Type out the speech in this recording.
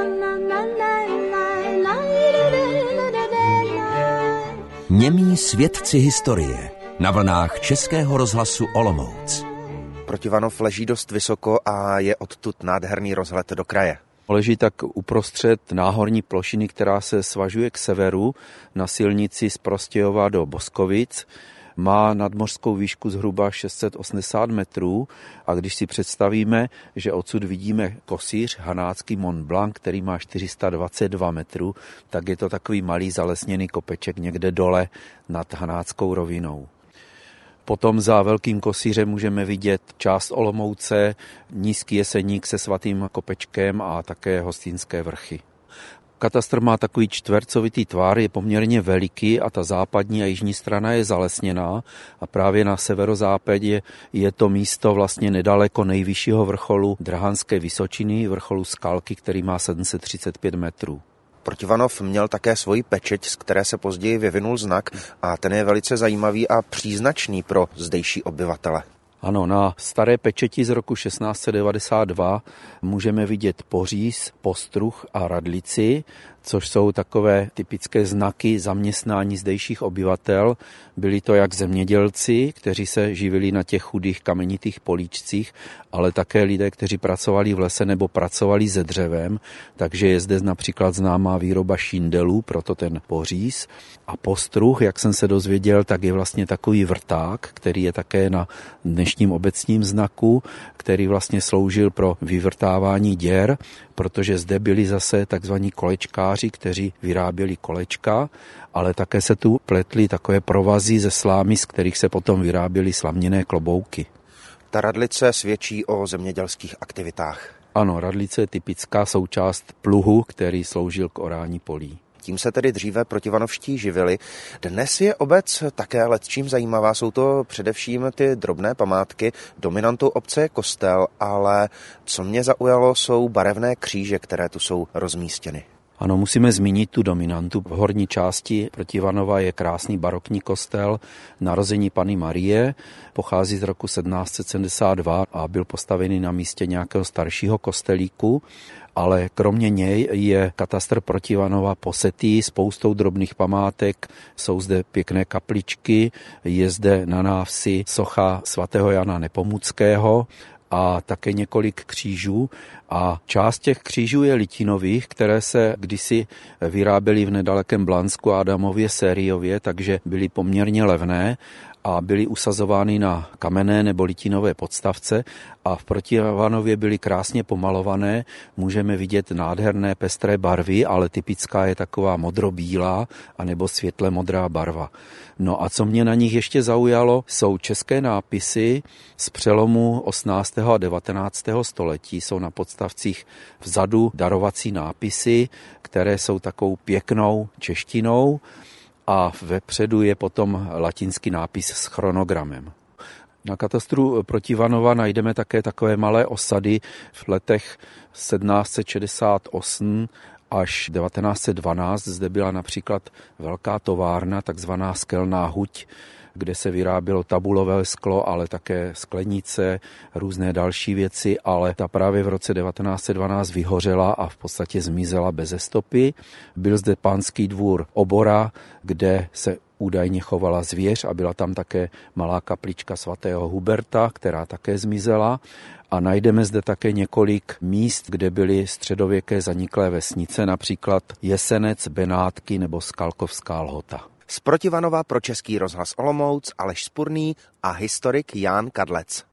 Němí svědci historie na vlnách Českého rozhlasu Olomouc. Protivanov leží dost vysoko a je odtud nádherný rozhled do kraje. Leží tak uprostřed náhorní plošiny, která se svažuje k severu na silnici z Prostějova do Boskovic. Má nadmořskou výšku zhruba 680 metrů a když si představíme, že odsud vidíme Kosíř, hanácký Mont Blanc, který má 422 metrů, tak je to takový malý zalesněný kopeček někde dole nad hanáckou rovinou. Potom za Velkým Kosířem můžeme vidět část Olomouce, nízký Jeseník se svatým kopečkem a také Hostýnské vrchy. Katastr má takový čtvercovitý tvar, je poměrně veliký a ta západní a jižní strana je zalesněná a právě na severozápadě je to místo vlastně nedaleko nejvyššího vrcholu Drahanské vysočiny, vrcholu Skalky, který má 735 metrů. Protivanov měl také svoji pečeť, z které se později vyvinul znak a ten je velice zajímavý a příznačný pro zdejší obyvatele. Ano, na staré pečeti z roku 1692 můžeme vidět poříz, postruh a radlici, což jsou takové typické znaky zaměstnání zdejších obyvatel. Byli to jak zemědělci, kteří se živili na těch chudých kamenitých políčcích, ale také lidé, kteří pracovali v lese nebo pracovali se dřevem, takže je zde například známá výroba šindelů, proto ten poříz. A postruh, jak jsem se dozvěděl, tak je vlastně takový vrták, který je také na dnešním obecním znaku, který vlastně sloužil pro vyvrtávání děr, protože zde byli zase takzvaní kolečkáři, kteří vyráběli kolečka, ale také se tu pletly takové provazy ze slámy, z kterých se potom vyráběly slaměné klobouky. Ta radlice svědčí o zemědělských aktivitách. Ano, radlice je typická součást pluhu, který sloužil k orání polí. Tím se tedy dříve protivanovští živili. Dnes je obec také lecčím zajímavá. Jsou to především ty drobné památky. Dominantou obce je kostel, ale co mě zaujalo, jsou barevné kříže, které tu jsou rozmístěny. Ano, musíme zmínit tu dominantu. V horní části Protivanova je krásný barokní kostel Narození Panny Marie. Pochází z roku 1772 a byl postavený na místě nějakého staršího kostelíku. Ale kromě něj je katastr Protivanova posetý spoustou drobných památek. Jsou zde pěkné kapličky, je zde na návsi socha svatého Jana Nepomuckého a také několik křížů. A část těch křížů je litinových, které se kdysi vyráběly v nedalekém Blansku a Adamově sériově, takže byly poměrně levné a byly usazovány na kamenné nebo litinové podstavce a v Protivanově byly krásně pomalované. Můžeme vidět nádherné pestré barvy, ale typická je taková modrobílá anebo světle modrá barva. No a co mě na nich ještě zaujalo, jsou české nápisy z přelomu 18. a 19. století. Jsou na podstavcích vzadu darovací nápisy, které jsou takovou pěknou češtinou, a vepředu je potom latinský nápis s chronogramem. Na katastru Protivanova najdeme také takové malé osady v letech 1768 až 1912. Zde byla například velká továrna, takzvaná Skelná huť, kde se vyrábělo tabulové sklo, ale také sklenice, různé další věci, ale ta právě v roce 1912 vyhořela a v podstatě zmizela beze stopy. Byl zde pánský dvůr Obora, kde se údajně chovala zvěř a byla tam také malá kaplička svatého Huberta, která také zmizela. A najdeme zde také několik míst, kde byly středověké zaniklé vesnice, například Jesenec, Benátky nebo Skalkovská Lhota. Z Protivanova pro Český rozhlas Olomouc Aleš Spurný a historik Ján Kadlec.